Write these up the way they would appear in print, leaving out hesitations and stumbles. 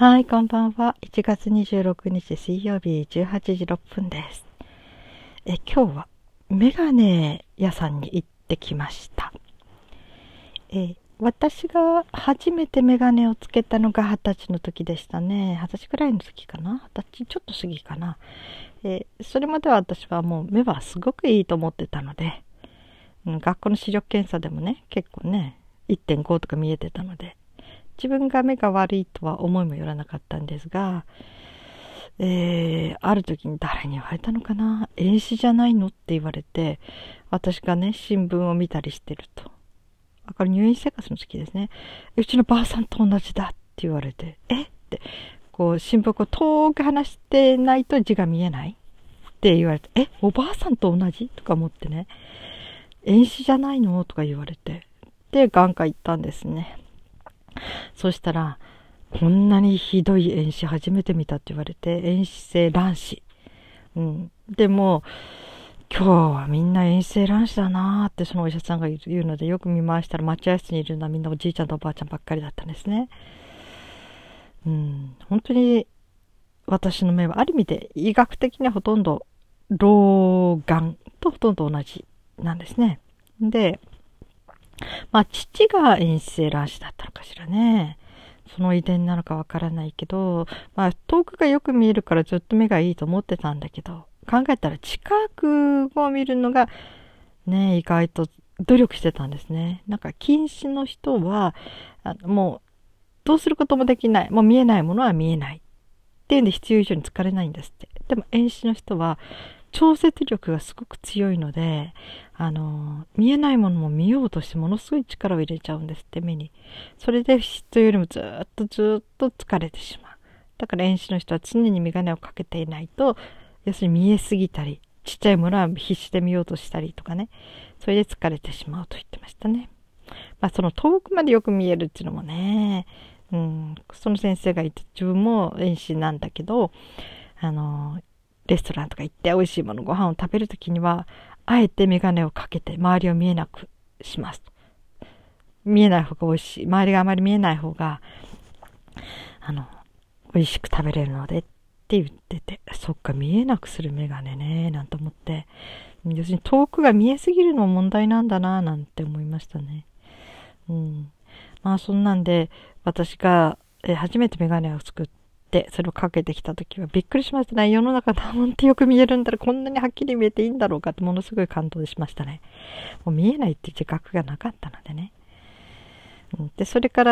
はい、こんばんは。1月26日水曜日18時6分です。今日はメガネ屋さんに行ってきました。私が初めてメガネをつけたのが20歳の時でしたね。20歳くらいの時かな。20歳ちょっと過ぎかな。それまでは私はもう目はすごくいいと思ってたので、学校の視力検査でもね、結構ね、1.5 とか見えてたので、自分が目が悪いとは思いもよらなかったんですが、ある時に誰に言われたのかな、遠視じゃないのって言われて、私がね、新聞を見たりしてると。これ入院生活の時ですね。うちのばあさんと同じだって言われて、って、こう、新聞を遠く離してないと字が見えないって言われて、おばあさんと同じとか思ってね、遠視じゃないのとか言われて、で、眼科行ったんですね。そしたら、こんなにひどい遠視初めて見たって言われて、遠視性乱視。でも、今日はみんな遠視性乱視だなーってそのお医者さんが言うので、よく見回したら待合室にいるのはみんなおじいちゃんとおばあちゃんばっかりだったんですね。本当に私の目はある意味で医学的にはほとんど老眼とほとんど同じなんですね。で、父が遠視性乱視だったのかしらね。その遺伝なのかわからないけど、遠くがよく見えるからずっと目がいいと思ってたんだけど、考えたら近くを見るのがね、意外と努力してたんですね。なんか近視の人は、もうどうすることもできない。もう見えないものは見えない。っていうんで必要以上に疲れないんですって。でも遠視の人は調節力がすごく強いので、見えないものも見ようとしてものすごい力を入れちゃうんですって、目に。それで人よりもずっと疲れてしまう。だから遠視の人は常に眼鏡をかけていないと、要するに見えすぎたり、ちっちゃいものは必死で見ようとしたりとかね。それで疲れてしまうと言ってましたね。その遠くまでよく見えるっていうのもね、その先生が言って、自分も遠視なんだけど、レストランとか行って美味しいもの、ご飯を食べるときには、あえて眼鏡をかけて周りを見えなくしますと。見えない方が美味しい。周りがあまり見えない方が、美味しく食べれるのでって言ってて、そっか、見えなくする眼鏡ね、なんて思って、要するに遠くが見えすぎるのも問題なんだな、なんて思いましたね。そんなんで、私が、初めて眼鏡を作って、それをかけてきたときはびっくりしましたね。世の中なんてよく見えるんだろう、こんなにはっきり見えていいんだろうかってものすごい感動しましたね。もう見えないっていう自覚がなかったのでね。で、それから、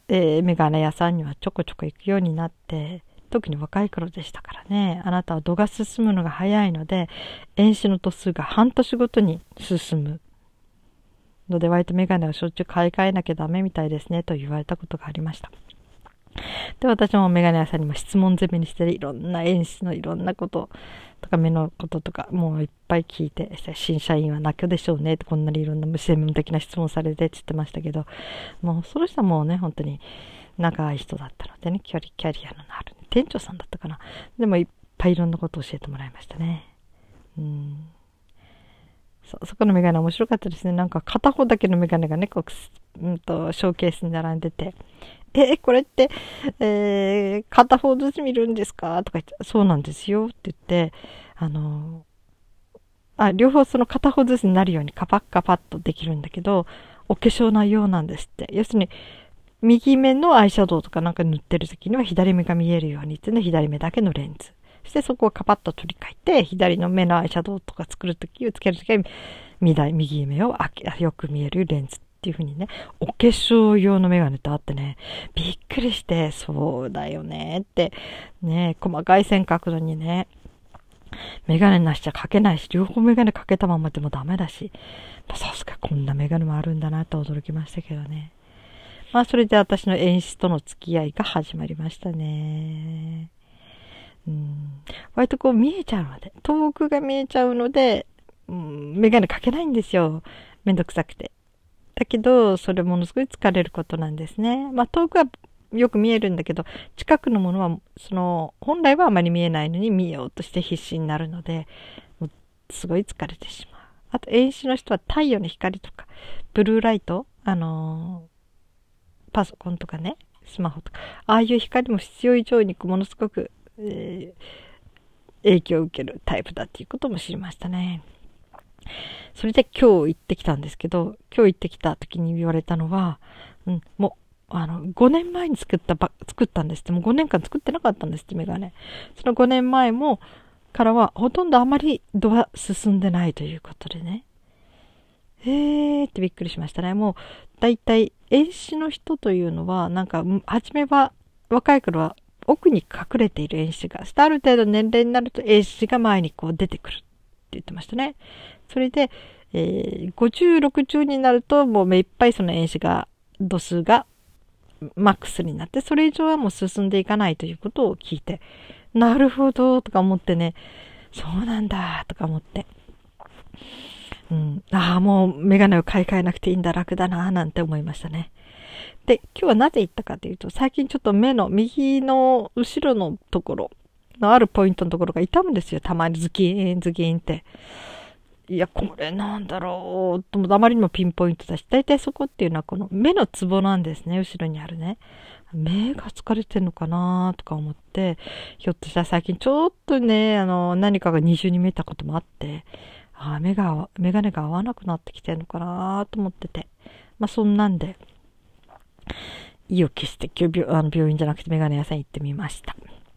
眼鏡屋さんにはちょこちょこ行くようになって、特に若い頃でしたからね、あなたは度が進むのが早いので、遠視の度数が半年ごとに進むので、割と眼鏡をしょっちゅう買い替えなきゃダメみたいですねと言われたことがありました。で、私も眼鏡屋さんにも質問攻めにして、いろんな演出のいろんなこととか目のこととかもういっぱい聞いて、新社員は泣くでしょうねってこんなにいろんな無専門的な質問されてって言ってましたけど、もうその人はもうね、本当に長い人だったのでね、キャリアのある、店長さんだったかな。でもいっぱいいろんなことを教えてもらいましたね。そこのメガネ面白かったですね。なんか片方だけのメガネがね、ショーケースに並んでて、これって、片方ずつ見るんですかとか言って、そうなんですよって言って、両方その片方ずつになるようにカパッとできるんだけど、お化粧ないようなんですって。要するに、右目のアイシャドウとかなんか塗ってる時には左目が見えるようにってね、左目だけのレンズ。そしてそこをカパッと取り替えて、左の目のアイシャドウとかつけるときは右目をよく見えるレンズっていう風にね、お化粧用のメガネとあってね、びっくりして、そうだよねって、ね、細かい線角度にね、メガネなしちゃかけないし、両方メガネかけたままでもダメだし、さすがこんなメガネもあるんだなと驚きましたけどね。それで私の演出との付き合いが始まりましたね。割とこう見えちゃうので、遠くが見えちゃうので、メガネかけないんですよ。めんどくさくて。だけど、それものすごい疲れることなんですね。遠くはよく見えるんだけど、近くのものは、本来はあまり見えないのに見ようとして必死になるので、もうすごい疲れてしまう。あと、遠視の人は太陽の光とか、ブルーライト、パソコンとかね、 スマホとか、ああいう光も必要以上にものすごく、影響を受けるタイプだっていうことも知りましたね。それで今日行ってきたんですけど、今日行ってきた時に言われたのは、もう、5年前に作ったんですって。もう5年間作ってなかったんですって、メガネ。その5年前からは、ほとんどあまり度は進んでないということでね。ってびっくりしましたね。もう、だいたい遠視の人というのは、なんか、初めは、若い頃は奥に隠れている遠視が、ある程度年齢になると遠視が前にこう出てくるって言ってましたね。それで、50、60になるともう目いっぱいその遠視が、度数がマックスになって、それ以上はもう進んでいかないということを聞いて、なるほどとか思ってね、そうなんだとか思って。もうメガネを買い替えなくていいんだ、楽だな、なんて思いましたね。で、今日はなぜ行ったかというと、最近ちょっと目の右の後ろのところのあるポイントのところが痛むんですよ。たまにズキーン、ズキーンって。いや、これなんだろうと思って、あまりにもピンポイントだし、だいたいそこっていうのはこの目のツボなんですね、後ろにあるね。目が疲れてんのかなとか思って、ひょっとしたら最近ちょっとね、何かが二重に見えたこともあって、メガネが合わなくなってきてんのかなと思ってて。まあそんなんで、意を決して病院じゃなくてメガネ屋さん行ってみました。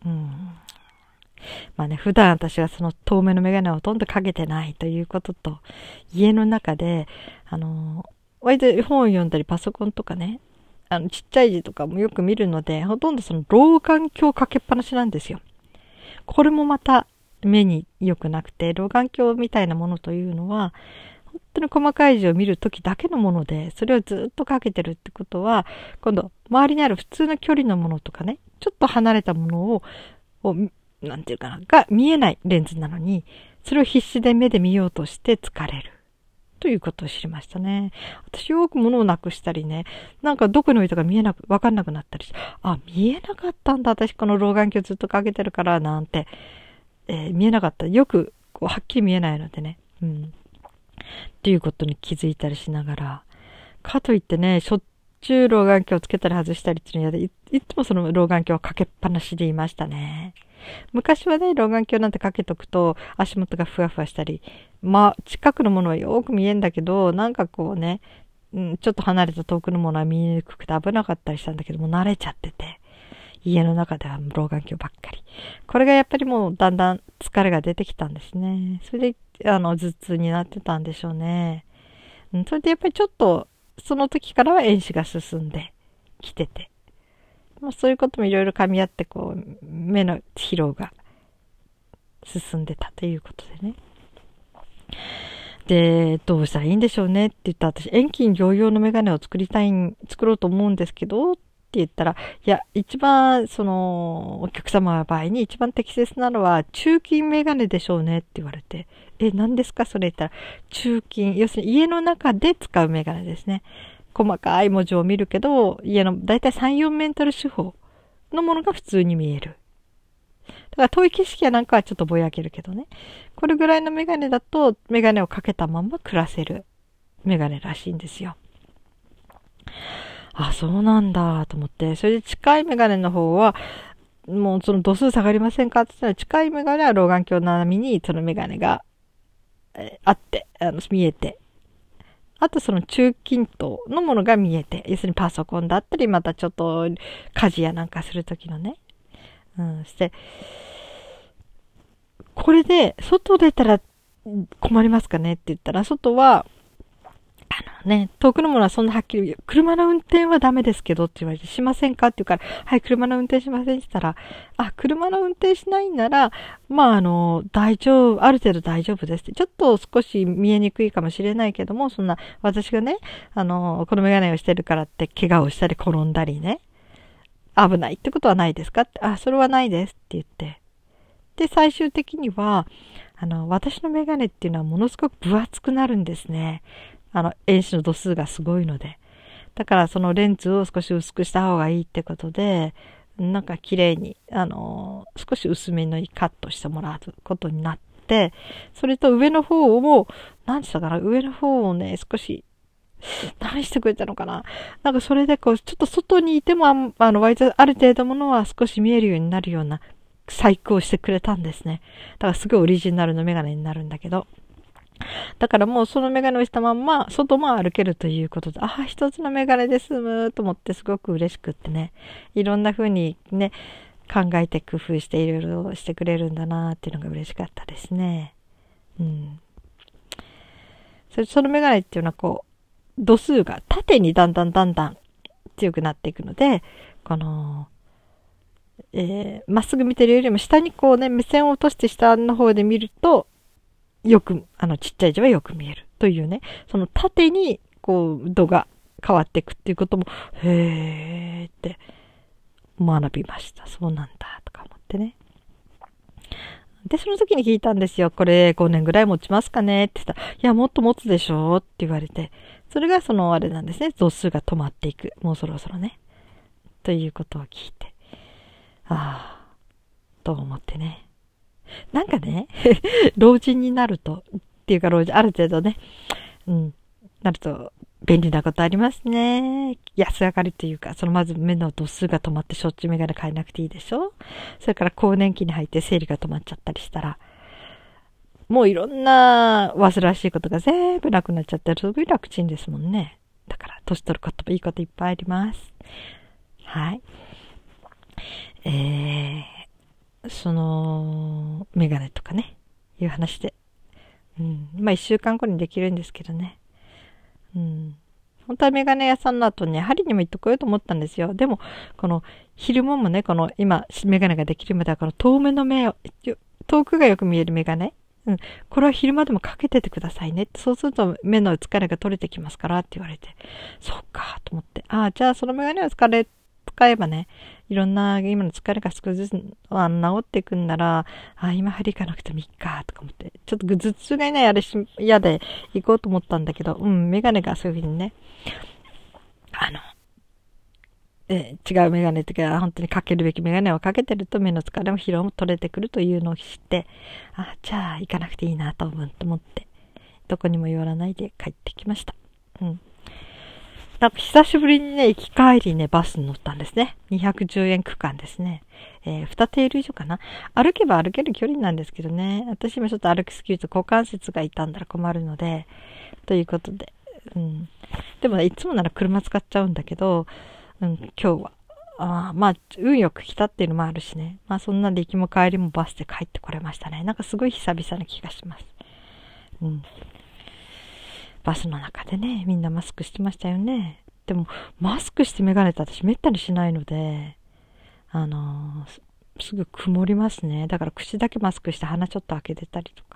まあね、普段私はその遠目のメガネをほとんどかけてないということと、家の中で、割と本を読んだりパソコンとかね、ちっちゃい字とかもよく見るので、ほとんどその老眼鏡かけっぱなしなんですよ。これもまた目に良くなくて、老眼鏡みたいなものというのは、本当に細かい字を見るときだけのもので、それをずっとかけてるってことは、今度、周りにある普通の距離のものとかね、ちょっと離れたものをなんていうかな、が見えないレンズなのに、それを必死で目で見ようとして疲れる。ということを知りましたね。私よく物をなくしたりね、なんかどこに置いたかわかんなくなったりして、見えなかったんだ、私この老眼鏡ずっとかけてるから、なんて、見えなかった。よく、はっきり見えないのでね。っていうことに気づいたりしながら、かといってね、しょっちゅう老眼鏡をつけたり外したりっていうので、いつもその老眼鏡をかけっぱなしでいましたね。昔はね、老眼鏡なんてかけとくと足元がふわふわしたり、近くのものはよく見えんだけど、なんかこうね、ちょっと離れた遠くのものは見えにくくて危なかったりしたんだけども、慣れちゃってて、家の中では老眼鏡ばっかり。これがやっぱりもうだんだん疲れが出てきたんですね。それで、頭痛になってたんでしょうね。それでやっぱりちょっと、その時からは遠視が進んできてて、そういうこともいろいろ噛み合って、こう、目の疲労が進んでたということでね。で、どうしたらいいんでしょうねって言ったら、私、遠近両用のメガネを作ろうと思うんですけど、って言ったら、いや、一番、お客様の場合に一番適切なのは、中近メガネでしょうねって言われて、何ですかそれ言ったら、中近、要するに家の中で使うメガネですね。細かい文字を見るけど、家のだいたい3、4メートル四方のものが普通に見える。だから遠い景色やなんかはちょっとぼやけるけどね。これぐらいのメガネだと、メガネをかけたまま暮らせるメガネらしいんですよ。そうなんだと思って。それで近いメガネの方は、もうその度数下がりませんかって言ったら、近いメガネは老眼鏡並みにそのメガネがあって、見えて、あとその中近東のものが見えて、要するにパソコンだったり、またちょっと家事やなんかするときのね。して、これで外出たら困りますかねって言ったら、外は、遠くのものはそんなはっきり、車の運転はダメですけどって言われて、しませんかって言うから、はい、車の運転しませんって言ったら、車の運転しないなら、大丈夫、ある程度大丈夫ですって。ちょっと少し見えにくいかもしれないけども、そんな、私がね、このメガネをしてるからって怪我をしたり転んだりね、危ないってことはないですかって、それはないですって言って。で、最終的には、私のメガネっていうのはものすごく分厚くなるんですね。遠視の度数がすごいので。だからそのレンズを少し薄くした方がいいってことで、なんか綺麗に、少し薄めのカットしてもらうことになって、それと上の方を、何したかな、上の方をね、少し何してくれたのかな。なんかそれでこう、ちょっと外にいても、割とある程度ものは少し見えるようになるような細工をしてくれたんですね。だからすごいオリジナルのメガネになるんだけど。だからもうそのメガネをしたまんま、外も歩けるということで、一つのメガネで済むと思ってすごく嬉しくってね。いろんな風にね、考えて工夫していろいろしてくれるんだなっていうのが嬉しかったですね。うん。そのメガネっていうのはこう、度数が縦にだんだん強くなっていくので、この、まっすぐ見てるよりも下にこうね、目線を落として下の方で見ると、よく、ちっちゃい字はよく見えるというね、その縦にこう、度が変わっていくっていうことも、へーって学びました。そうなんだ、とか思ってね。で、その時に聞いたんですよ。これ5年ぐらい持ちますかねって言ったら、いや、もっと持つでしょって言われて、それがそのあれなんですね。度数が止まっていく。もうそろそろね。ということを聞いて、と思ってね。なんかね、老人になると、っていうかある程度ね、なると便利なことありますね。安上がりというか、まず目の度数が止まってしょっちゅうメガネ買えなくていいでしょ。それから更年期に入って生理が止まっちゃったりしたら、もういろんな煩わしいことが全部なくなっちゃってる。すごい楽ちんですもんね。だから、年取ることもいいこといっぱいあります。はい。その、メガネとかね、いう話で。1週間後にできるんですけどね。本当はメガネ屋さんの後に針にも行ってこようと思ったんですよ。でも、この昼間もね、この今、メガネができるまでは、この遠目の目を、遠くがよく見えるメガネ。これは昼間でもかけててくださいね。そうすると目の疲れが取れてきますからって言われて。そっか、と思って。じゃあそのメガネを使えばね、いろんな今の疲れが少しずつ治っていくんなら、今針行かなくてもいいか、とか思って。ちょっと頭痛がいない嫌で行こうと思ったんだけど、メガネがそういうふうにね、違うメガネっていうか、本当にかけるべきメガネをかけてると目の疲れも疲労も取れてくるというのを知って、じゃあ行かなくていいなと思って、どこにも寄らないで帰ってきました。なんか久しぶりにね、行き帰りね、バスに乗ったんですね。210円区間ですね。2テール以上かな。歩けば歩ける距離なんですけどね。私もちょっと歩きすぎると股関節が痛んだら困るので、ということで。でもね、いつもなら車使っちゃうんだけど、今日は。運よく来たっていうのもあるしね。そんなんで行きも帰りもバスで帰ってこれましたね。なんかすごい久々な気がします。バスの中でね、みんなマスクしてましたよね。でも、マスクしてメガネって私めったにしないので、すぐ曇りますね。だから口だけマスクして鼻ちょっと開けてたりとか。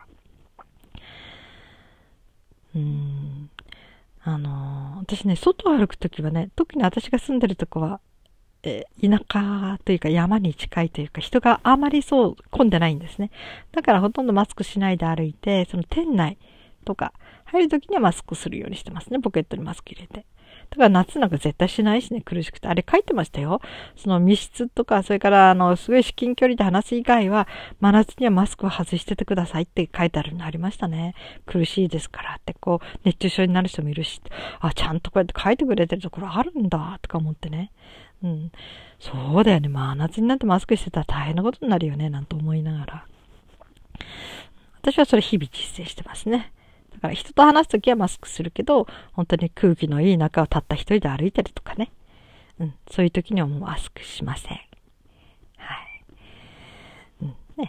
私ね、外を歩くときはね、特に私が住んでるとこは、田舎というか山に近いというか、人があまりそう混んでないんですね。だからほとんどマスクしないで歩いて、その店内とか入るときにはマスクするようにしてますね。ポケットにマスク入れて。だから夏なんか絶対しないしね、苦しくて。あれ書いてましたよ。その密室とか、それからすごい至近距離で話す以外は、真夏にはマスクを外しててくださいって書いてあるのありましたね。苦しいですからって、こう、熱中症になる人もいるし、ちゃんとこうやって書いてくれてるところあるんだ、とか思ってね。そうだよね。真夏になってマスクしてたら大変なことになるよね、なんて思いながら。私はそれ日々実践してますね。だから人と話すときはマスクするけど、本当に空気のいい中をたった一人で歩いてるとかね。そういう時にはもうマスクしません。はい。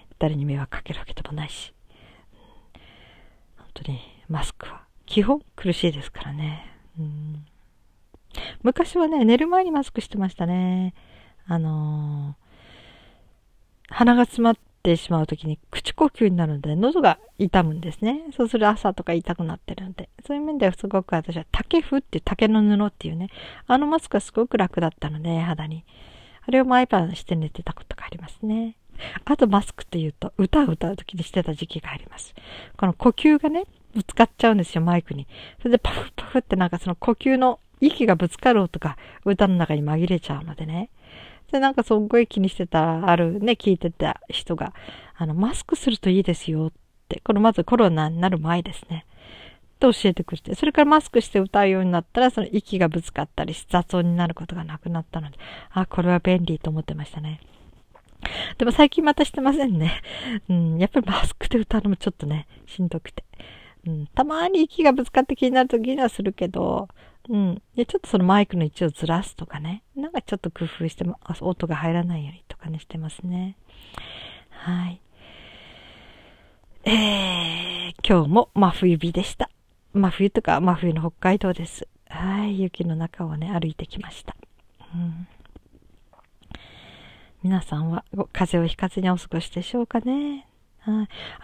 誰に迷惑かけるわけでもないし。本当にマスクは基本苦しいですからね。昔はね、寝る前にマスクしてましたね。鼻が詰まってしまうときに口呼吸になるので喉が痛むんですね。そうする朝とか痛くなってるので。そういう面ではすごく私は竹布っていう竹の布っていうね、マスクはすごく楽だったので、肌に。あれを毎晩して寝てたことがありますね。あとマスクっていうと歌を歌うときにしてた時期があります。この呼吸がね、ぶつかっちゃうんですよ、マイクに。それでパフパフってなんかその呼吸の息がぶつかる音が歌の中に紛れちゃうのでね。で、なんかすごい気にしてた、聞いてた人が、マスクするといいですよって、これまずコロナになる前ですね。 と教えてくれて、それからマスクして歌うようになったら、その息がぶつかったり雑音になることがなくなったので、これは便利と思ってましたね。でも最近またしてませんね。やっぱりマスクで歌うのもちょっとね、しんどくて。たまに息がぶつかって気になるときにはするけど、でちょっとそのマイクの位置をずらすとかね、なんかちょっと工夫しても、音が入らないようにとかねしてますね。はい。今日も真冬日でした。真冬とか真冬の北海道です。はい。雪の中をね、歩いてきました。皆さんは風邪をひかずにお過ごしでしょうかね。はい。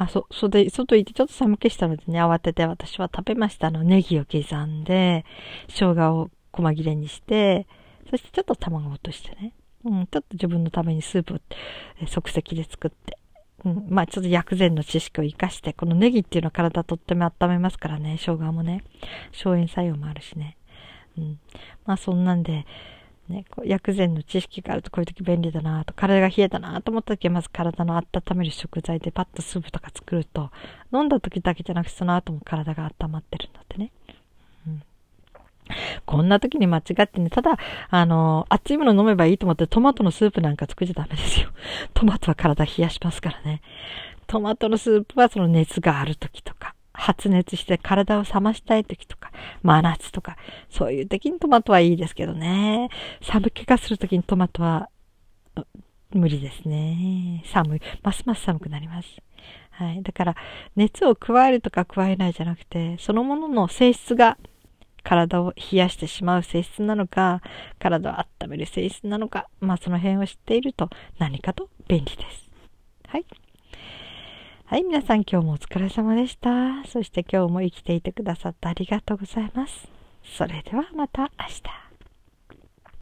外行ってちょっと寒気したのでね、慌てて私は食べました。ネギを刻んで、生姜を細切れにして、そしてちょっと卵を落としてね。ちょっと自分のためにスープを即席で作って。ちょっと薬膳の知識を生かして、このネギっていうのは体とっても温めますからね、生姜もね。消炎作用もあるしね。そんなんで、ね、薬膳の知識があるとこういう時便利だなと、体が冷えたなと思った時はまず体の温める食材でパッとスープとか作ると、飲んだ時だけじゃなくてその後も体が温まってるんだってね。こんな時に間違ってね、ただ、熱いもの飲めばいいと思ってトマトのスープなんか作っちゃダメですよ。トマトは体冷やしますからね。トマトのスープはその熱がある時とか、発熱して体を冷ましたい時とか、真夏とか、そういう時にトマトはいいですけどね。寒気がする時にトマトは無理ですね。ますます寒くなります。はい。だから、熱を加えるとか加えないじゃなくて、そのものの性質が体を冷やしてしまう性質なのか、体を温める性質なのか、その辺を知っていると何かと便利です。はい。はい、皆さん今日もお疲れ様でした。そして今日も生きていてくださってありがとうございます。それではまた明日。